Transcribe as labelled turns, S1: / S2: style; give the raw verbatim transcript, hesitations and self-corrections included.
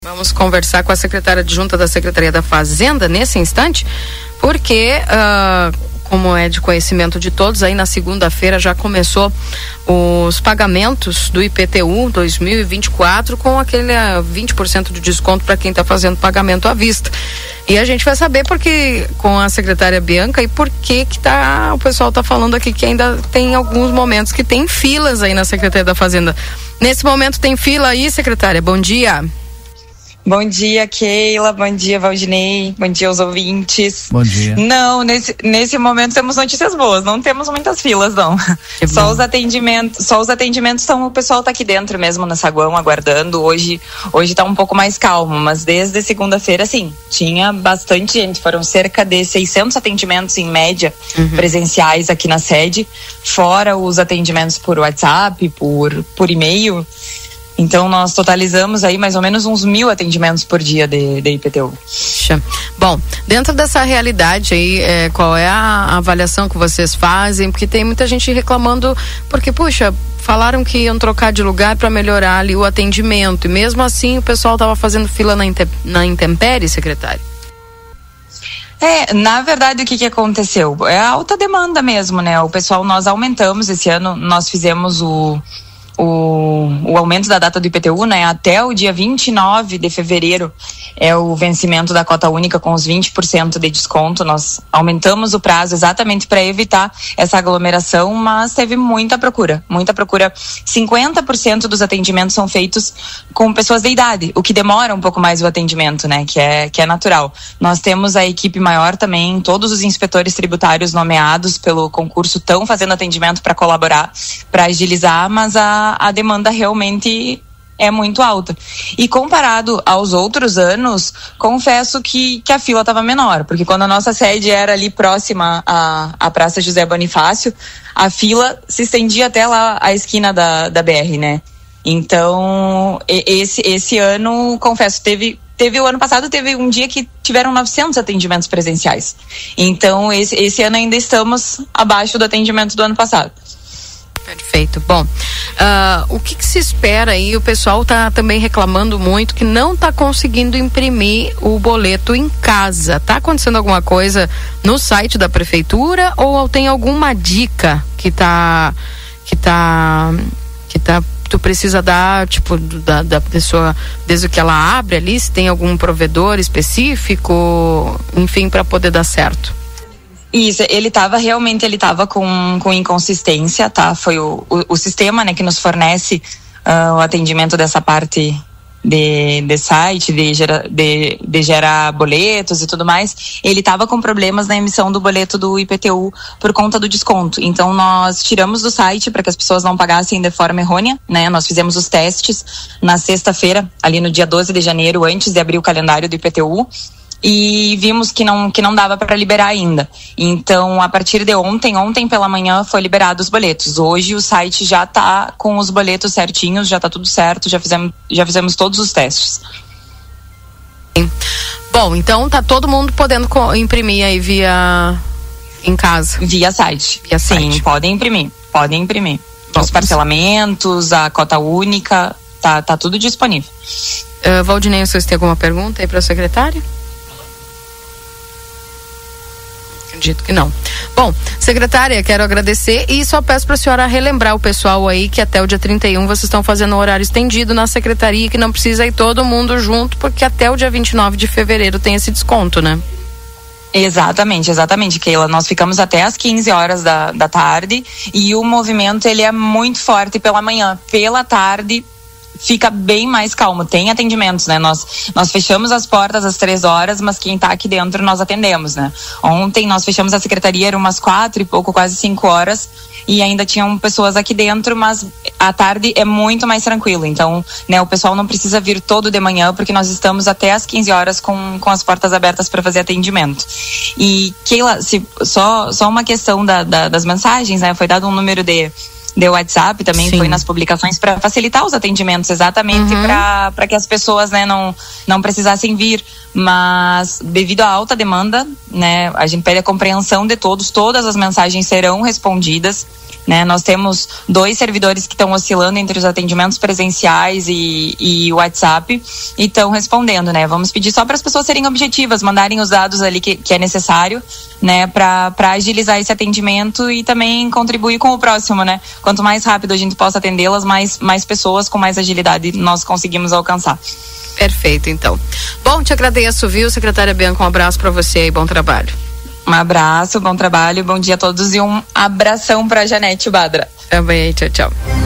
S1: Vamos conversar com a secretária adjunta da Secretaria da Fazenda nesse instante, porque, uh, como é de conhecimento de todos, aí na segunda-feira já começou os pagamentos do I P T U dois mil e vinte e quatro com aquele uh, vinte por cento de desconto para quem está fazendo pagamento à vista. E a gente vai saber porque com a secretária Bianca e por que que tá, o pessoal está falando aqui que ainda tem alguns momentos que tem filas aí na Secretaria da Fazenda. Nesse momento tem fila aí, secretária? Bom dia.
S2: Bom dia, Keila. Bom dia, Valdinei. Bom dia aos ouvintes.
S3: Bom dia.
S2: Não, nesse, nesse momento temos notícias boas. Não temos muitas filas, não. Só os atendimentos, só os atendimentos são, o pessoal tá aqui dentro mesmo na saguão aguardando. Hoje, hoje tá um pouco mais calmo, mas desde segunda-feira, sim, tinha bastante gente. Foram cerca de seiscentos atendimentos em média, uhum, presenciais aqui na sede, fora os atendimentos por WhatsApp, por, por e-mail. Então, nós totalizamos aí mais ou menos uns mil atendimentos por dia de, de I P T U.
S1: Bom, dentro dessa realidade aí, é, qual é a avaliação que vocês fazem? Porque tem muita gente reclamando, porque, puxa, falaram que iam trocar de lugar para melhorar ali o atendimento. E mesmo assim, o pessoal estava fazendo fila na, intem- na intempérie, secretário?
S2: É, na verdade, o que que aconteceu? É a alta demanda mesmo, né? O pessoal, nós aumentamos esse ano, nós fizemos o... O, o aumento da data do I P T U, né? Até o dia vinte e nove de fevereiro é o vencimento da cota única com os vinte por cento de desconto. Nós aumentamos o prazo exatamente para evitar essa aglomeração, mas teve muita procura, muita procura. cinquenta por cento dos atendimentos são feitos com pessoas de idade, o que demora um pouco mais o atendimento, né? Que é, que é natural. Nós temos a equipe maior também, todos os inspetores tributários nomeados pelo concurso estão fazendo atendimento para colaborar, para agilizar, mas a a demanda realmente é muito alta. E comparado aos outros anos, confesso que, que a fila estava menor, porque quando a nossa sede era ali próxima à, à Praça José Bonifácio, a fila se estendia até lá à esquina da, da B R, né? Então, esse, esse ano, confesso, teve... Teve o ano passado, teve um dia que tiveram novecentos atendimentos presenciais. Então, esse, esse ano ainda estamos abaixo do atendimento do ano passado.
S1: Perfeito. Bom, uh, o que, que se espera aí? O pessoal tá também reclamando muito que não tá conseguindo imprimir o boleto em casa. Tá acontecendo alguma coisa no site da prefeitura ou tem alguma dica que tá que tá que tá tu precisa dar, tipo, da, da pessoa, desde que ela abre ali, se tem algum provedor específico, enfim, para poder dar certo?
S2: Isso, ele estava realmente, ele estava com, com inconsistência, tá? Foi o, o, o sistema, né, que nos fornece uh, o atendimento dessa parte de, de site, de, gera, de, de gerar boletos e tudo mais. Ele estava com problemas na emissão do boleto do I P T U por conta do desconto. Então, nós tiramos do site para que as pessoas não pagassem de forma errônea, né? Nós fizemos os testes na sexta-feira, ali no dia doze de janeiro, antes de abrir o calendário do I P T U. E vimos que não, que não dava para liberar ainda. Então, a partir de ontem, ontem pela manhã foi liberado os boletos. Hoje o site já tá com os boletos certinhos, já tá tudo certo, já fizemos, já fizemos todos os testes.
S1: Bom, então tá todo mundo podendo imprimir aí via em casa?
S2: Via site.
S1: Via
S2: Sim,
S1: site.
S2: podem imprimir, podem imprimir.
S1: Bom,
S2: os parcelamentos, a cota única, tá, tá tudo disponível.
S1: Uh, Valdinei, vocês têm alguma pergunta aí para a secretária? Acredito que não. Bom, secretária, quero agradecer e só peço para a senhora relembrar o pessoal aí que até o dia trinta e um vocês estão fazendo um horário estendido na secretaria, que não precisa ir todo mundo junto, porque até o dia vinte e nove de fevereiro tem esse desconto, né?
S2: Exatamente, exatamente, Keila. Nós ficamos até às quinze horas da, da tarde e o movimento, ele é muito forte pela manhã. Pela tarde fica bem mais calmo, tem atendimentos, né? Nós, nós fechamos as portas às três horas, mas quem tá aqui dentro nós atendemos, né? Ontem nós fechamos a secretaria, eram umas quatro e pouco, quase cinco horas, e ainda tinham pessoas aqui dentro, mas à tarde é muito mais tranquilo. Então, né, o pessoal não precisa vir todo de manhã, porque nós estamos até às quinze horas com, com as portas abertas para fazer atendimento. E, Keila, se, só, só uma questão da, da, das mensagens, né? Foi dado um número de de WhatsApp, também Sim. foi nas publicações para facilitar os atendimentos, exatamente uhum. para que as pessoas, né, não, não precisassem vir, mas devido à alta demanda, né? A gente pede a compreensão de todos, todas as mensagens serão respondidas, né? Nós temos dois servidores que estão oscilando entre os atendimentos presenciais e, e o WhatsApp e estão respondendo, né? Vamos pedir só para as pessoas serem objetivas, mandarem os dados ali que, que é necessário, né? Para para agilizar esse atendimento e também contribuir com o próximo, né? Quanto mais rápido a gente possa atendê-las, mais, mais pessoas com mais agilidade nós conseguimos alcançar.
S1: Perfeito, então. Bom, te agradeço, viu, secretária Bianca? Um abraço para você e bom trabalho.
S2: Um abraço, bom trabalho, bom dia a todos e um abração para Janete Badra.
S1: Também, tchau, tchau.